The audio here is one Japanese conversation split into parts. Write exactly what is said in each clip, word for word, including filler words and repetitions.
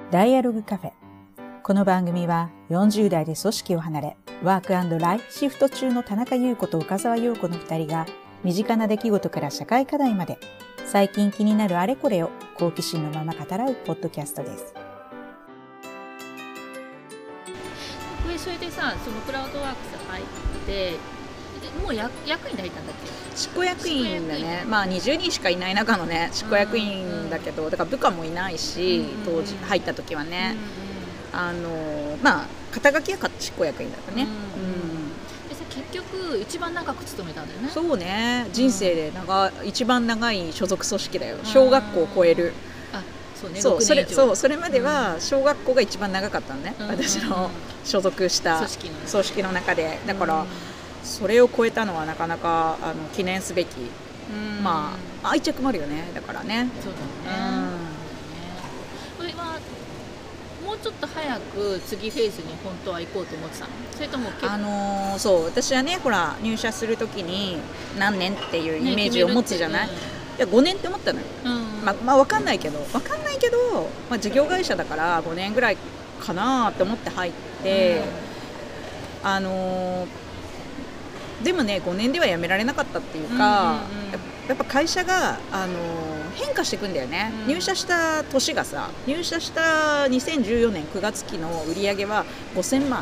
ダイアログカフェ。この番組はよんじゅう代で組織を離れ、ワーク&ライフシフト中の田中優子と岡澤陽子のふたりが、身近な出来事から社会課題まで、最近気になるあれこれを好奇心のまま語らうポッドキャストです。 これそれでさ、そのクラウドワークス入ってもう役役員で入ったんだっけ？ 執行役員だね。まあにじゅうにんしかいない中のね執行役員だけど、だから部下もいないし、当時入った時はね、あのまあ肩書きは執行役員だったね。 でさ、結局一番長く勤めたんだよね。 そうね、人生で長一番長い所属組織だよ。小学校を超える。 あ、そうね。 そう、それそうそれまでは小学校が一番長かったのね、私の所属した組織の組織の中で。だから、それを超えたのはなかなかあの記念すべき、まあ愛着もあるよね。だからね。 そうだね。これはもうちょっと早く次フェーズに本当は行こうと思ってたの？それとも結構、 あのー、そう私はね、ほら入社するときに何年っていうイメージを持つじゃない、ね、いやごねんって思ったのよ。うん、まあ、まあ分かんないけど分かんないけど、まあ、事業会社だからごねんぐらいかなって思って入って、うん、あのーでもねごねんでは辞められなかったっていうか、うんうんうん、やっぱ会社が、あのー、変化していくんだよね、うん、入社した年がさ、入社したにせんじゅうよねんくがつ期の売上はごせんまん、うん、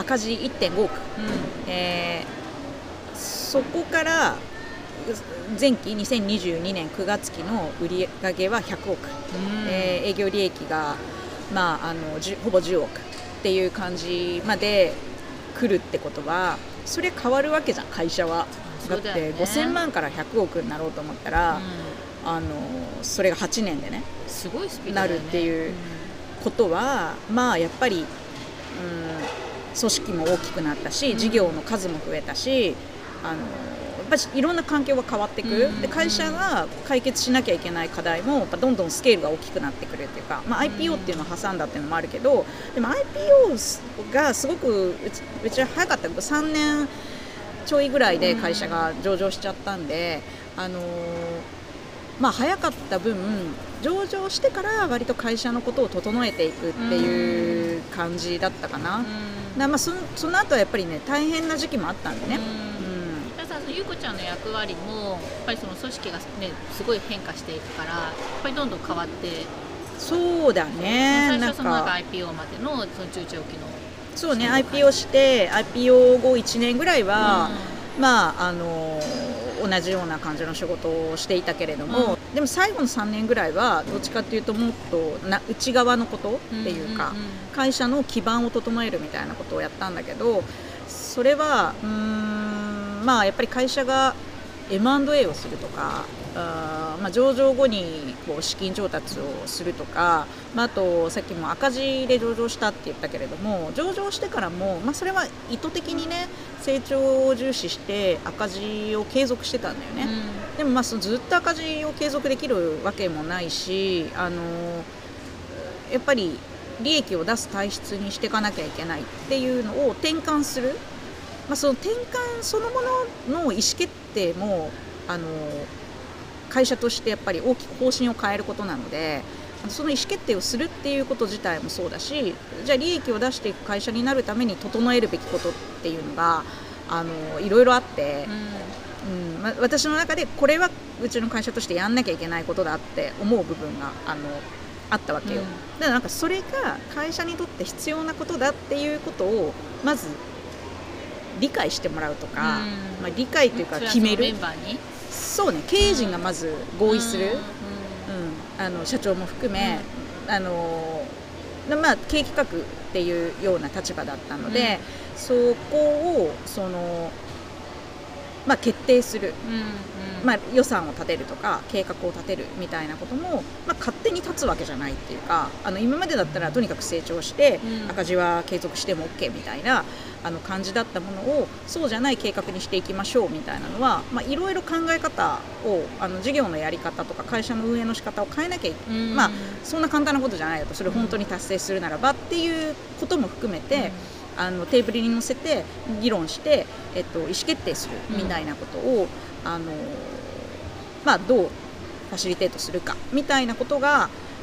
赤字 いってんごおく、うんえー、そこから前期にせんにじゅうにねんくがつ期の売上はひゃくおく、うんえー、営業利益が、まあ、あのほぼじゅうおくっていう感じまで来るってことは、それ変わるわけじゃん会社は。だってごせんまんからひゃくおくになろうと思ったら、うん、あのそれがはちねんでねすごいスピードだよね、 なるっていうことは、うん、まあやっぱり、うん、組織も大きくなったし、事業の数も増えたし、あのやっぱりいろんな環境が変わってくる、うん、で会社が解決しなきゃいけない課題もやっぱどんどんスケールが大きくなってくるっていうか、まあ、アイピーオー っていうのを挟んだっていうのもあるけど、でも アイピーオー がすごくうちは早かったけどさんねんちょいぐらいで会社が上場しちゃったんで、あのーまあ、早かった分上場してから割と会社のことを整えていくっていう感じだったかな。だまあ そ, その後はやっぱりね大変な時期もあったんでね。 ゆうこちゃんの役割もやっぱりその組織が、ね、すごい変化していくから、やっぱりどんどん変わって。 そうだね。 最初はそのなんか アイピーオー までのその中長期のそうね アイピーオー して アイピーオー 後いちねんぐらいは、うん、まああの同じような感じの仕事をしていたけれども、うん、でも最後のさんねんぐらいはどっちかっていうともっとな内側のことっていうか、うんうんうん、会社の基盤を整えるみたいなことをやったんだけど、それはうーんまあやっぱり会社が エムアンドエー をするとか、あ、まあ、上場後にこう資金調達をするとか、まあ、あとさっきも赤字で上場したって言ったけれども、上場してからも、まあ、それは意図的にね成長を重視して赤字を継続してたんだよね、うん、でもまあそのずっと赤字を継続できるわけもないし、あのやっぱり利益を出す体質にしていかなきゃいけないっていうのを転換する、まあ、その転換そのものの意思決定もあの会社としてやっぱり大きく方針を変えることなので、その意思決定をするっていうこと自体もそうだし、じゃあ利益を出していく会社になるために整えるべきことっていうのがあのいろいろあって、うんうんまあ、私の中でこれはうちの会社としてやんなきゃいけないことだって思う部分があのあったわけよ、うん、だからなんかそれが会社にとって必要なことだっていうことをまず理解してもらうとか、うんまあ、理解というか決める、 メンバーにそうね、経営陣がまず合意する、うんうん、あの社長も含め、うん、あのまあ、経営企画っていうような立場だったので、うん、そこをその、まあ、決定する、うんうんまあ、予算を立てるとか計画を立てるみたいなことも、まあ、勝手に立つわけじゃないっていうか、あの今までだったらとにかく成長して、うん、赤字は継続しても OK みたいなあの感じだったものをそうじゃない計画にしていきましょうみたいなのは、まあ、いろいろ考え方をあの事業のやり方とか会社の運営の仕方を変えなきゃいけない、うんまあ、そんな簡単なことじゃないよと、それを本当に達成するならばっていうことも含めて、うん、あのテーブルに乗せて議論して、えっと、意思決定するみたいなことを、うんあのまあ、どうファシリテートするかみたいなことが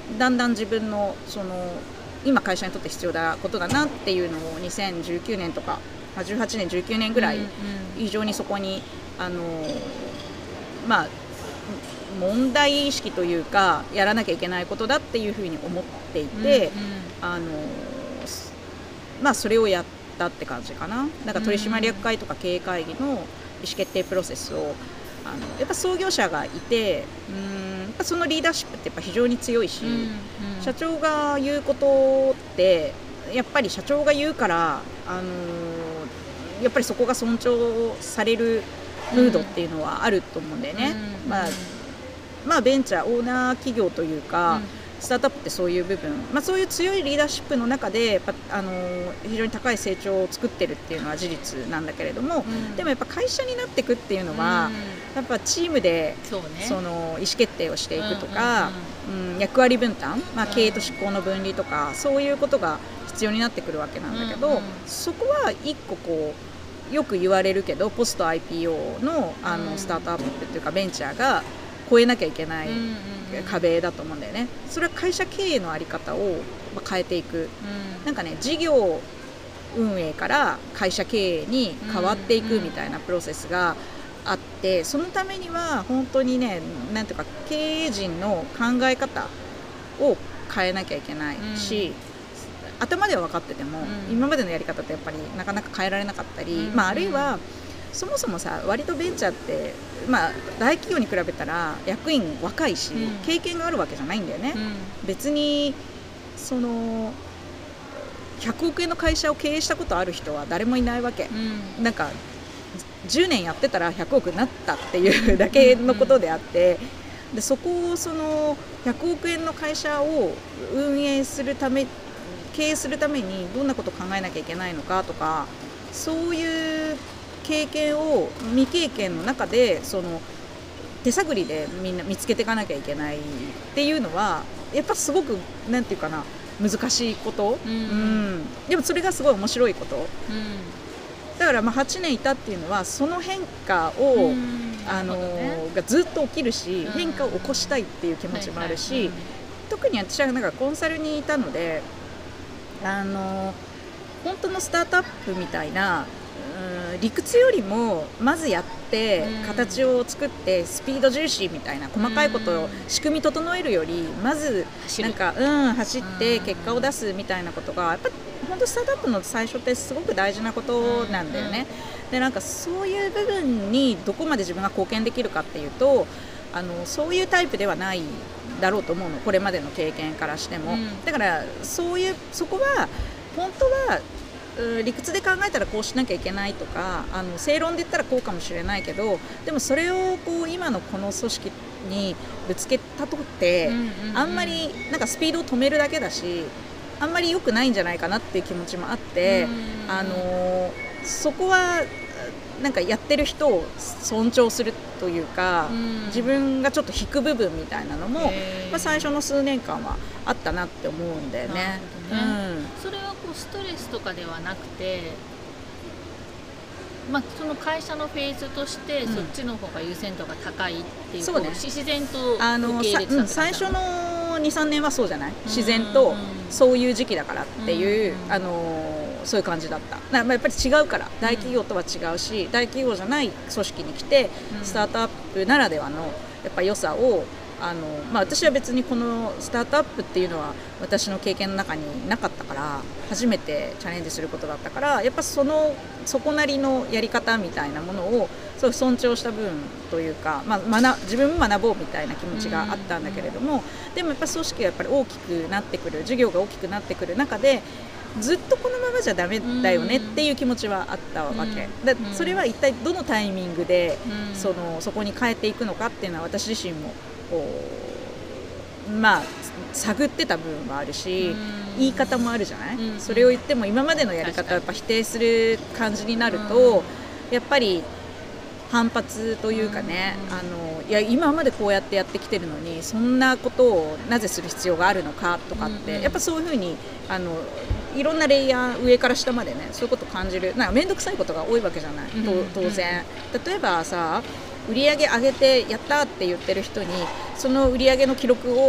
だんだん自分のその今会社にとって必要なことだなっていうのをにせんじゅうきゅうねんとかじゅうはちねんじゅうきゅうねんぐらい非常にそこにあのまあ問題意識というかやらなきゃいけないことだっていうふうに思っていて、あのまあそれをやったって感じかな。なんか取締役会とか経営会議の意思決定プロセスをあのやっぱ創業者がいて、うーんやっぱそのリーダーシップってやっぱ非常に強いし、うんうん、社長が言うことってやっぱり社長が言うから、あのー、やっぱりそこが尊重されるムードっていうのはあると思うんだよね、うんうん、まあ、まあベンチャーオーナー企業というか、うん、スタートアップってそういう部分、まあ、そういう強いリーダーシップの中でやっぱ、あのー、非常に高い成長を作ってるっていうのは事実なんだけれども、うん、でもやっぱ会社になっていくっていうのは、うん、やっぱチームで そ, う、ね、その意思決定をしていくとか、うんうんうんうん、役割分担、まあ、経営と執行の分離とか、そういうことが必要になってくるわけなんだけど、うんうん、そこは一個こうよく言われるけどポスト アイピーオー の, あのスタートアップっていうかベンチャーが超えなきゃいけない壁だと思うんだよね。それは会社経営の在り方を変えていく、うん、なんかね事業運営から会社経営に変わっていくみたいなプロセスがあって、そのためには本当にね、なんていうか経営陣の考え方を変えなきゃいけないし、うん、頭では分かってても、うん、今までのやり方ってやっぱりなかなか変えられなかったり、うん、まあ、あるいはそもそもさ割とベンチャーって、まあ、大企業に比べたら役員若いし、うん、経験があるわけじゃないんだよね、うん、別にそのひゃくおくえんの会社を経営したことある人は誰もいないわけ、うん、なんかじゅうねんやってたらひゃくおくになったっていうだけのことであって、うん、でそこをそのひゃくおくえんの会社を運営するため経営するためにどんなことを考えなきゃいけないのかとか、そういう経験を未経験の中でその手探りでみんな見つけていかなきゃいけないっていうのはやっぱすごくなんていうかな難しいこと、うんうん、でもそれがすごい面白いこと、うん、だからまあはちねんいたっていうのはその変化を、うん、あのね、がずっと起きるし、うん、変化を起こしたいっていう気持ちもあるし、はいはい、うん、特に私はなんかコンサルにいたので、あの本当のスタートアップみたいな、うん、理屈よりもまずやって形を作ってスピード重視みたいな細かいことを仕組み整えるよりまずなんか、うん、走って結果を出すみたいなことがやっぱ本当スタートアップの最初ってすごく大事なことなんだよね。でなんかそういう部分にどこまで自分が貢献できるかっていうと、あのそういうタイプではないだろうと思うの、これまでの経験からしても、うん、だからそういうそこは本当は理屈で考えたらこうしなきゃいけないとか、あの正論で言ったらこうかもしれないけど、でもそれをこう今のこの組織にぶつけたとって、うんうんうん、あんまりなんかスピードを止めるだけだしあんまり良くないんじゃないかなっていう気持ちもあって、うんうん、あのそこはなんかやってる人を尊重するというか、うん、自分がちょっと引く部分みたいなのも、まあ、最初の数年間はあったなって思うんだよね。 なるほどね、うん、それはこうストレスとかではなくて、まあ、その会社のフェーズとしてそっちの方が優先度が高いっていう、うん、こうね、自然と受け入れてたって感じなの？ 最初の にさんねんはそうじゃない、自然とそういう時期だからっていう、うん、あのそういう感じだった。だからまあやっぱり違うから大企業とは違うし、うん、大企業じゃない組織に来て、うん、スタートアップならではのやっぱ良さをあの、まあ、私は別にこのスタートアップっていうのは私の経験の中になかったから初めてチャレンジすることだったから、やっぱそのそこなりのやり方みたいなものをすごい尊重した分というか、まあ、学自分も学ぼうみたいな気持ちがあったんだけれども、でもやっぱ組織がやっぱり大きくなってくる、事業が大きくなってくる中でずっとこのままじゃダメだよねっていう気持ちはあったわけだ。それは一体どのタイミングでそのそこに変えていくのかっていうのは私自身もこうまあ探ってた部分はあるし、言い方もあるじゃない、それを言っても今までのやり方をやっぱ否定する感じになるとやっぱり反発というかね、あのいや今までこうやってやってきてるのにそんなことをなぜする必要があるのかとかって、やっぱそういうふうにあのいろんなレイヤー上から下までねそういうことを感じる、なんか面倒くさいことが多いわけじゃない、当然。例えばさ売り上げ上げてやったって言ってる人にその売り上げの記録を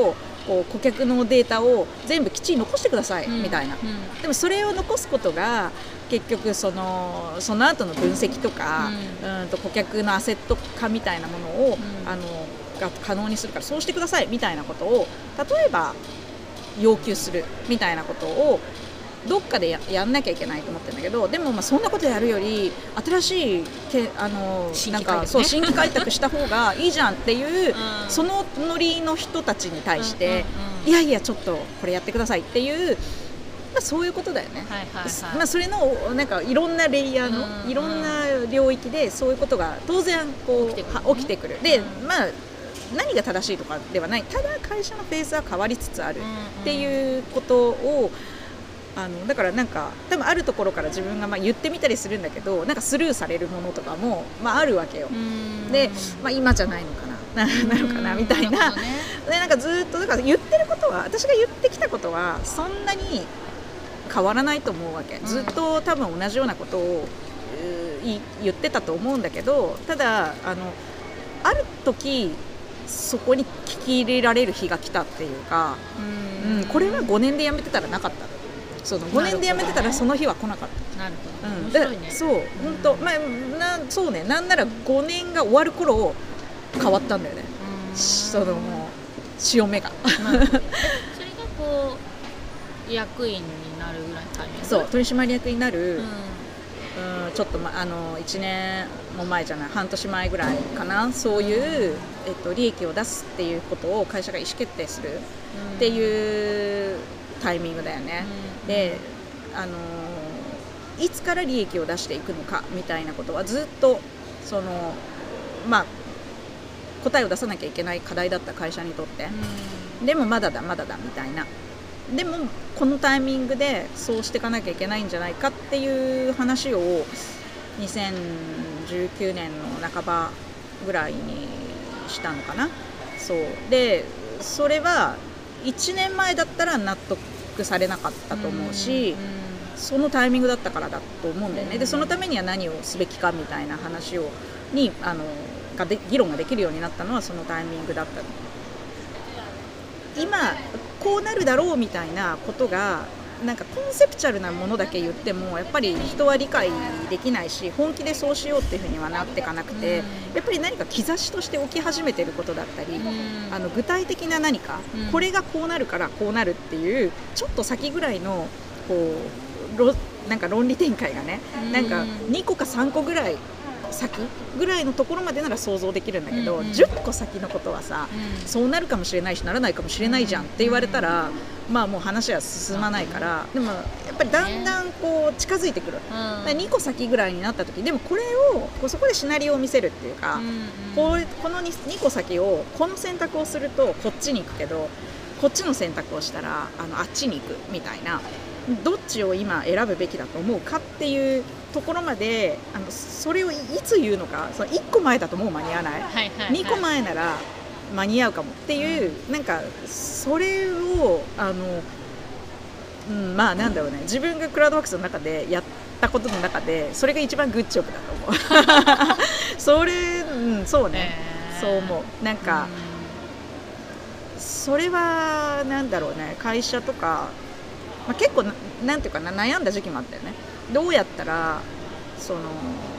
こう顧客のデータを全部きっちり残してください、 うん、 みたいな、 うん、 でもそれを残すことが結局そのその後の分析とか、うん、うんと顧客のアセット化みたいなものを、うん、あのが可能にするからそうしてくださいみたいなことを例えば要求するみたいなことをどっかで や, やんなきゃいけないと思ってるんだけど、でもまあそんなことやるより新しいけあのなんかそう新規開拓した方がいいじゃんっていう、うん、そのノリの人たちに対して、うんうんうん、いやいやちょっとこれやってくださいっていう、まあ、そういうことだよね、はいはいはい、まあ、それのなんかいろんなレイヤーの、うんうん、いろんな領域でそういうことが当然こう起きてくる、ね、起きてくるで、うん、まあ何が正しいとかではない、ただ会社のフェーズは変わりつつあるっていうことを、あのだからなんか多分あるところから自分がまあ言ってみたりするんだけど、なんかスルーされるものとかもまああるわけよ。で、まあ、今じゃないのかななのかなみたいな、ね、でなんかずっとだから言ってることは私が言ってきたことはそんなに変わらないと思うわけ。ずっと多分同じようなことを言ってたと思うんだけど、ただあのある時そこに聞き入れられる日が来たっていうか、うん、これはごねんで辞めてたらなかった。そのごねんで辞めてたらその日は来なかった。なるほど、うん、面白いね。そう本当、まあなそうね、なんならごねんが終わる頃変わったんだよね。その潮目が。まあ、それがこう役員になるぐらいのタイミング。 そう取締役になる。うんうん、ちょっと、ま、あのいちねんも前じゃない半年前ぐらいかな、そういう、えっと、利益を出すっていうことを会社が意思決定するっていうタイミングだよね、うん、で、あのいつから利益を出していくのかみたいなことはずっとその、まあ、答えを出さなきゃいけない課題だった会社にとって、うん、でもまだだまだだみたいな、でもこのタイミングでそうしていかなきゃいけないんじゃないかっていう話をにせんじゅうきゅうねんの半ばぐらいにしたのかな。そうでそれはいちねんまえだったら納得されなかったと思うし、そのタイミングだったからだと思うんだよね。でそのためには何をすべきかみたいな話をにあのがで議論ができるようになったのはそのタイミングだった。今こうなるだろうみたいなことがなんかコンセプチュアルなものだけ言ってもやっぱり人は理解できないし、本気でそうしようっていうふうにはなっていかなくて、やっぱり何か兆しとして起き始めてることだったり、あの具体的な何かこれがこうなるからこうなるっていうちょっと先ぐらいのこうなんか論理展開がね、なんかにこかさんこぐらい先ぐらいのところまでなら想像できるんだけど、うんうん、じゅっこ先のことはさ、うん、そうなるかもしれないしならないかもしれないじゃんって言われたら、うん、まあもう話は進まないから、でもやっぱりだんだんこう近づいてくる、うん、にこ先ぐらいになった時でもこれをこうそこでシナリオを見せるっていうか、うんうん、こうこの に, にこ先をこの選択をするとこっちに行くけどこっちの選択をしたらあのあっちに行くみたいな、どっちを今選ぶべきだと思うかっていうところまであのそれをいつ言うのか、そのいっこまえだともう間に合わない、はいはいはい、にこまえなら間に合うかもっていう、うん、なんかそれをあの、うん、まあなんだろうね、自分がクラウドワークスの中でやったことの中でそれが一番グッジョブだと思うそれ、うん、そうね、えー、そう思う。なんか、うん、それはなんだろうね、会社とか、まあ、結構 な, なんていうかな悩んだ時期もあったよね。どうやったらその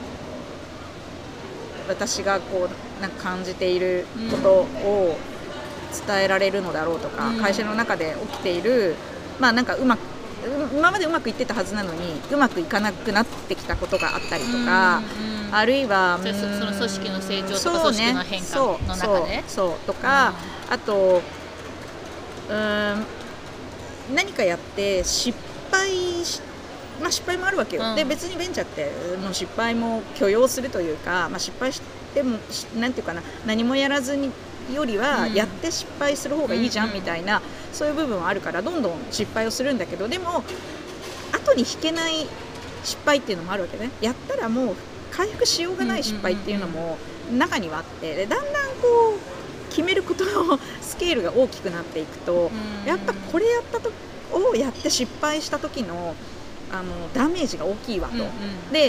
私がこうなんか感じていることを伝えられるのだろうとか、うん、会社の中で起きている、まあなんかうまく今までうまくいってたはずなのにうまくいかなくなってきたことがあったりとか、うんうん、あるいはそ, その組織の成長とか組織の変化の中で、 そう、ね、そう、そうとか、うん、あとうーん何かやって失敗し、まあ、失敗もあるわけよ、うん、で別にベンチャーっての失敗も許容するというか、まあ、失敗してもなんていうかな、何もやらずによりはやって失敗する方がいいじゃんみたいな、うん、そういう部分はあるからどんどん失敗をするんだけど、でも後に引けない失敗っていうのもあるわけね。やったらもう回復しようがない失敗っていうのも中にはあって、でだんだんこう決めることのスケールが大きくなっていくと、やっぱこれやったとをやって失敗した時のあのダメージが大きいわと、うんうん、で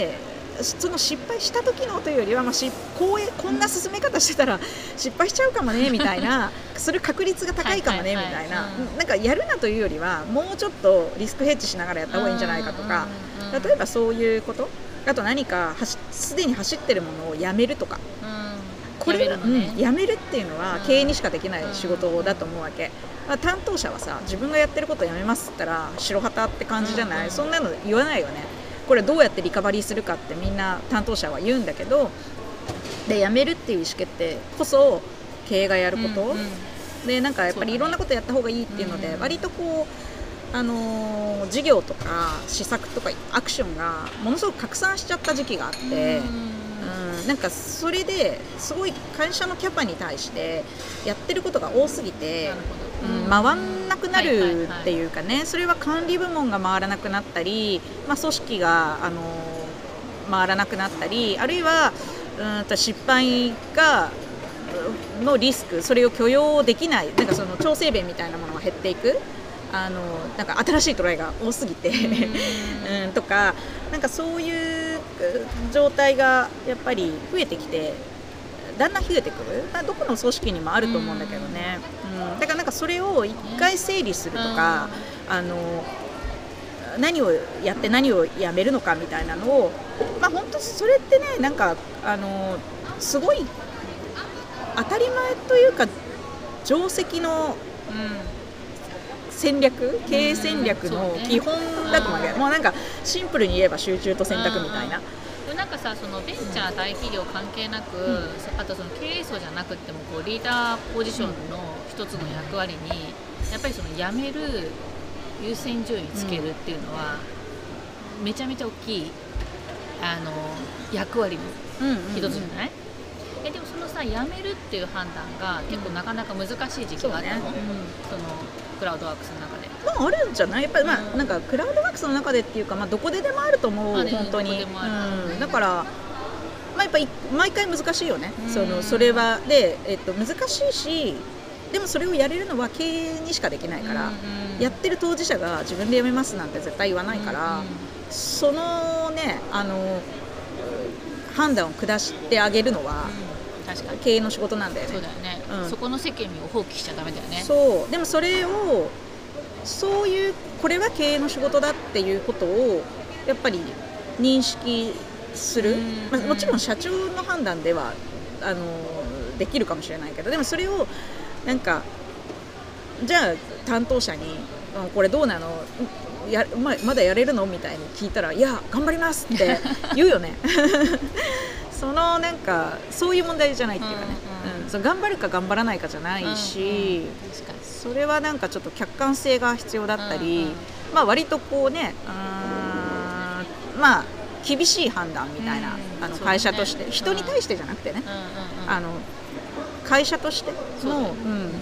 その失敗した時のというよりは、まあ、しこうこんな進め方してたら失敗しちゃうかもねみたいなする確率が高いかもねみたいな、なんかやるなというよりはもうちょっとリスクヘッジしながらやった方がいいんじゃないかとか、例えばそういうこと、あと何かすでに走ってるものをやめるとか、これやめるのね、うん、やめるっていうのは経営にしかできない仕事だと思うわけ、まあ、担当者はさ自分がやってることをやめますって言ったら白旗って感じじゃない、そんなの言わないよね。これどうやってリカバリーするかってみんな担当者は言うんだけど、でやめるっていう意思決定こそ経営がやること、うんうん、でなんかやっぱりいろんなことやった方がいいっていうので、割とこうあのー、事業とか施策とかアクションがものすごく拡散しちゃった時期があって、うん、なんかそれですごい会社のキャパに対してやってることが多すぎて、うん、回んなくなるっていうかね、それは管理部門が回らなくなったり、まあ、組織が、あのー、回らなくなったり、あるいはうんと失敗がのリスク、それを許容できない、なんかその調整弁みたいなものが減っていく、あのなんか新しいトライが多すぎてうん、とか、なんかそういう状態がやっぱり増えてきて、だんだん増えてくる、どこの組織にもあると思うんだけどね、うん、だからなんかそれを一回整理するとか、あの何をやって何をやめるのかみたいなのを、まあ、本当それってね、なんかあのすごい当たり前というか定石の、うん戦略、経営戦略の基本だと思うけど、もうなんかシンプルに言えば集中と選択みたいな。 なんかさ、そのベンチャー大企業関係なく、うん、あとその経営層じゃなくてもこうリーダーポジションの一つの役割に、やっぱりその辞める優先順位つけるっていうのは、うん、めちゃめちゃ大きいあの役割の一つじゃない？えでもそのさ、辞めるっていう判断が結構なかなか難しい時期があったの、うん、そのクラウドワークスの中で。 まあ、あるんじゃない？やっぱり、まあ、なんかクラウドワークスの中でっていうか、まあ、どこででもあると思う、まあね、本当に、うん、だから、まあ、やっぱり毎回難しいよね、うん、そのそれはで、えっと、難しいし、でもそれをやれるのは経営にしかできないから、うん、やってる当事者が自分で辞めますなんて絶対言わないから、うん、そのね、あの判断を下してあげるのは、うん、確かに経営の仕事なんだよね。 そうだよね、うん、そこの責任を放棄しちゃダメだよね。 そうでもそれをそういうこれは経営の仕事だっていうことをやっぱり認識する、まあ、もちろん社長の判断ではあのできるかもしれないけど、でもそれをなんかじゃあ担当者にこれどうなのや ま, まだやれるのみたいに聞いたら、いや頑張りますって言うよねそのなんかそういう問題じゃないっていうかね、うんうんうん、その頑張るか頑張らないかじゃないし、うんうん、確かにそれはなんかちょっと客観性が必要だったり、うんうん、まあ割とこうね、うーんまあ厳しい判断みたいな、うん、あの会社として、ね、人に対してじゃなくてね、うんうんうん、あの会社としての、うん、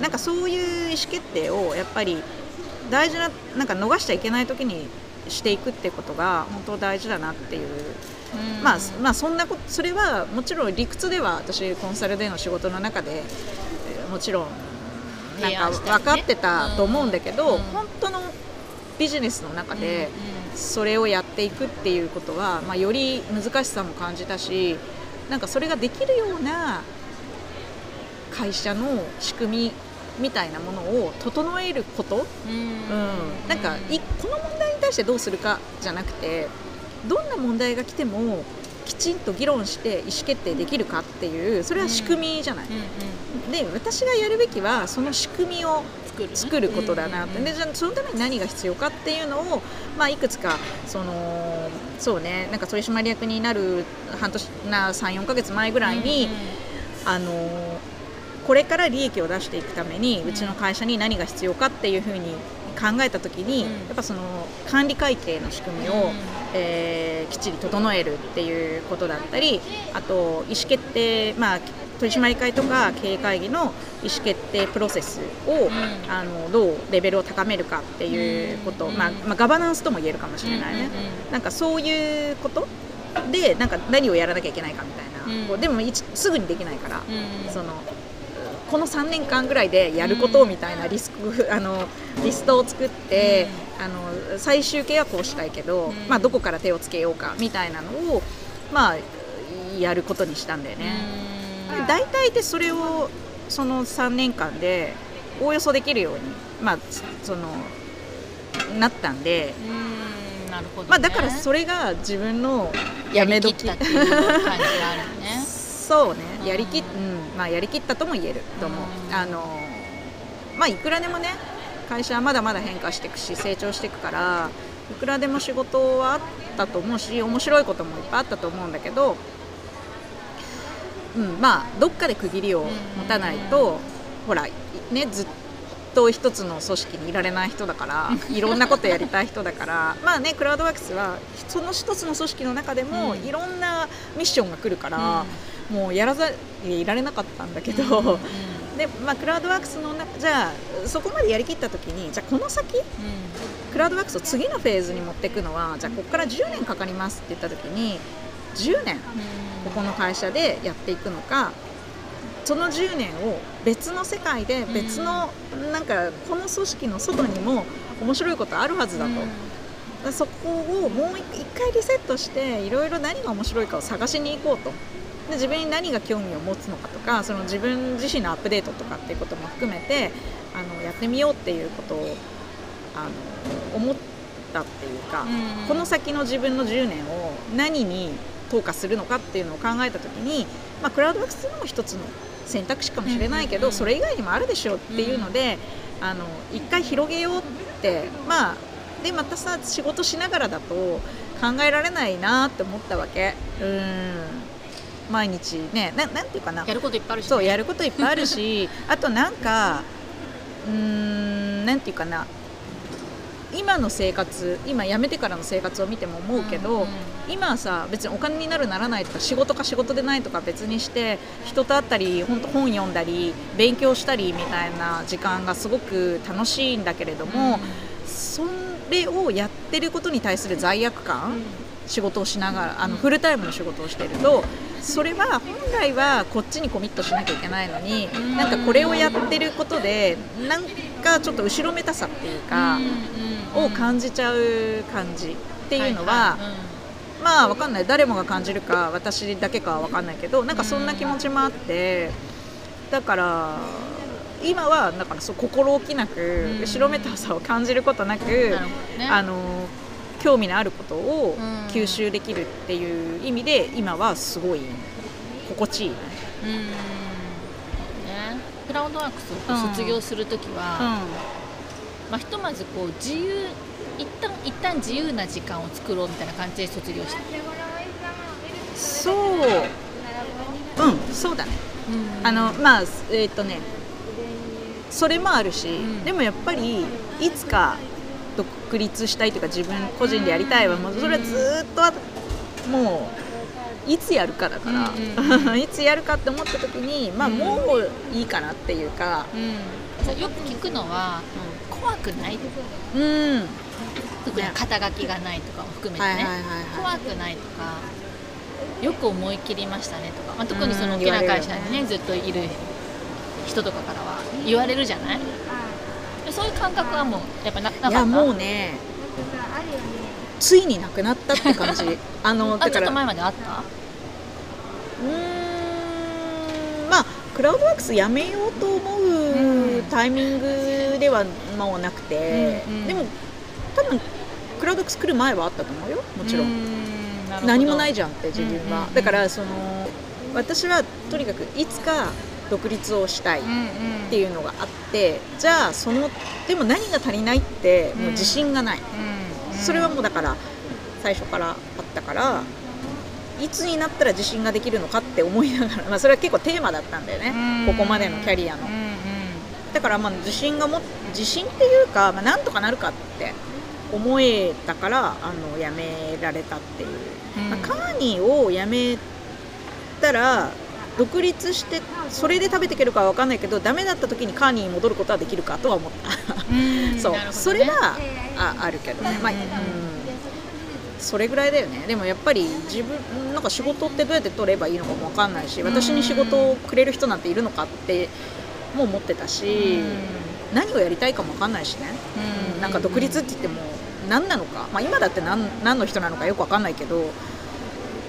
なんかそういう意思決定をやっぱり大事な、なんか逃しちゃいけない時にしていくっていうことが本当大事だなっていう、うん、まあ、まあそんなこと、それはもちろん理屈では私コンサルでの仕事の中でもちろんなんか分かってたと思うんだけど、うん、本当のビジネスの中でそれをやっていくっていうことは、まあ、より難しさも感じたし、なんかそれができるような会社の仕組みみたいなものを整えること、うんうん、なんかいこの問題に対してどうするかじゃなくて、どんな問題が来てもきちんと議論して意思決定できるかっていう、それは仕組みじゃない、うんうん、で私がやるべきはその仕組みを作る、作ることだなって、でじゃあそのために何が必要かっていうのを、まあ、いくつかそのそうね、なんか取締役になる半年な さん,よん ヶ月前ぐらいに、うんうん、あのこれから利益を出していくためにうちの会社に何が必要かっていうふうに考えたときに、うん、やっぱその管理会計の仕組みを、うんえー、きっちり整えるっていうことだったり、あと意思決定、まあ、取締会とか経営会議の意思決定プロセスを、うん、あのどうレベルを高めるかっていうこと、うんまあまあ、ガバナンスとも言えるかもしれないね、うんうんうん、なんかそういうことでなんか何をやらなきゃいけないかみたいな、うん、こうでもすぐにできないから、うん、そのこのさんねんかんぐらいでやることみたいなリスク、あのリストを作って、うん、あの最終形はこうしたいけど、うんまあ、どこから手をつけようかみたいなのをまあやることにしたんだよね。大体でそれをそのさんねんかんでおおよそできるように、まあ、そのなったんで、 うん、なるほどね。 まあ、だからそれが自分のやめ時やりきったっていう感じがあるよねそうね、やりき、うんまあ、やりきったとも言えると思う。あのまあいくらでもね会社はまだまだ変化していくし成長していくから、いくらでも仕事はあったと思うし面白いこともいっぱいあったと思うんだけど、うん、まあどっかで区切りを持たないと、ほらねずっと一つの組織にいられない人だからいろんなことやりたい人だからまあねクラウドワークスはその一つの組織の中でもいろんなミッションが来るから、うん、もうやらざいられなかったんだけど、うんうん、でまあ、クラウドワークスの中じゃあそこまでやりきった時にじゃあこの先、うん、クラウドワークスを次のフェーズに持っていくのはじゃあここからじゅうねんかかりますって言った時にじゅうねんここの会社でやっていくのか、そのじゅうねんを別の世界で別のなんかこの組織の外にも面白いことあるはずだと、うん、そこをもう一回リセットしていろいろ何が面白いかを探しに行こうと。で自分に何が興味を持つのかとかその自分自身のアップデートとかっていうことも含めてあのやってみようっていうことをあの思ったっていうか、うん、この先の自分のじゅうねんを何に投下するのかっていうのを考えたときに、まあ、クラウドワークスの一つの選択肢かもしれないけど、うんうんうん、それ以外にもあるでしょうっていうので、うん、あの一回広げようって、まあ、でまたさ仕事しながらだと考えられないなって思ったわけ。うん毎日ね な, なんていうかなやることいっぱいあるし、ね、 そうやることいっぱいあるしあとなんかうーんなんていうかな今の生活今辞めてからの生活を見ても思うけど、うんうん、今はさ別にお金になるならないとか仕事か仕事でないとか別にして人と会ったり本当本読んだり勉強したりみたいな時間がすごく楽しいんだけれども、うん、それをやってることに対する罪悪感、うん、仕事をしながらあのフルタイムの仕事をしているとそれは本来はこっちにコミットしなきゃいけないのになんかこれをやってることでなんかちょっと後ろめたさっていうかを感じちゃう感じっていうのはまあ分かんない誰もが感じるか私だけかは分かんないけどなんかそんな気持ちもあってだから今はだからそう心置きなく後ろめたさを感じることなくあの興味のあることを吸収できるっていう意味で今はすごい心地いいね。 うんねクラウドワークスを卒業するときは、うんうんまあ、ひとまずこう自由一旦一旦自由な時間を作ろうみたいな感じで卒業した。 そううんそうだね、うん、あのまあえー、っとねそれもあるし、うん、でもやっぱりいつか独立したいというか自分個人でやりたいはもうそれはずっともういつやるかだから、うんうん、いつやるかって思った時に、まあ、もういいかなっていうか、 うん、よく聞くのは、うん、怖くない、 うん、 特に肩書きがないとかも含めてね、はいはいはいはい、怖くないとかよく思い切りましたねとか、まあ、特にその大きな会社にね、ねずっといる人とかからは言われるじゃない。そういう感覚はもうやっぱなかった。いやもうねついになくなったって感じあのだからあちょっと前まであったうーんまあクラウドワークスやめようと思うタイミングではもうなくて、うんうん、でも多分クラウドワークス来る前はあったと思うよもちろん、うん何もないじゃんって自分は、うんうんうん、だからその私はとにかくいつか独立をしたいっていうのがあって、うんうん、じゃあそのでも何が足りないってもう自信がない、うんうん、それはもうだから最初からあったからいつになったら自信ができるのかって思いながら、まあ、それは結構テーマだったんだよね、うんうん、ここまでのキャリアの、うんうん、だからまあ自信がも自信っていうか、まあ、なんとかなるかって思えたからあの辞められたっていう、うんまあ、カーニーを辞めたら独立してそれで食べていけるかは分かんないけどダメだった時にカーニーに戻ることはできるかとは思ったそう、ね、それは あ, あるけどね、まあうん、それぐらいだよね。でもやっぱり自分なんか仕事ってどうやって取ればいいのかも分かんないし私に仕事をくれる人なんているのかっても思ってたし何をやりたいかも分かんないしね、うん、なんか独立って言っても何なのか、まあ、今だって 何, 何の人なのかよく分かんないけど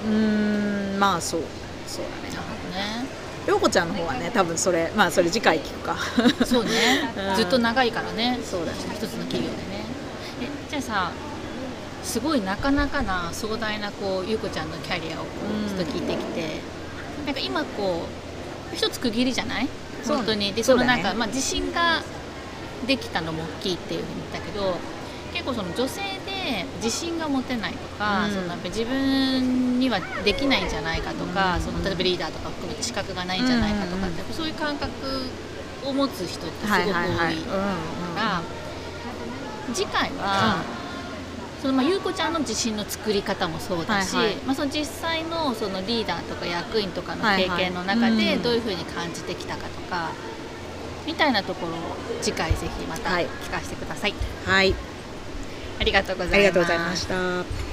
うーんまあそうそうだね。 なるほどね。 涼子ちゃんの方はね多分それまあそれ次回聞くかそうね、 うんずっと長いからね、 そうだね一つの企業でね。えじゃあさ、すごいなかなかな壮大なこう優子ちゃんのキャリアをこうずっと聞いてきて、うん、なんか今こう一つ区切りじゃない？本当に。でそのなんか、ね、まあ、自信ができたのも大きいっていうふうに言ったけど、結構その女性で自信が持てないとか、うん、そのやっぱ自分にはできないんじゃないかとか、うん、その例えばリーダーとか含めて資格がないんじゃないかとかって、うん、そういう感覚を持つ人ってすごく多いから次回は、うん、そのまあ優子ちゃんの自信の作り方もそうだし、はいはい、まあ、その実際のそのリーダーとか役員とかの経験の中でどういうふうに感じてきたかとか、みたいなところを次回ぜひまた聞かせてください。 はい、 ありがとうございます。 ありがとうございました。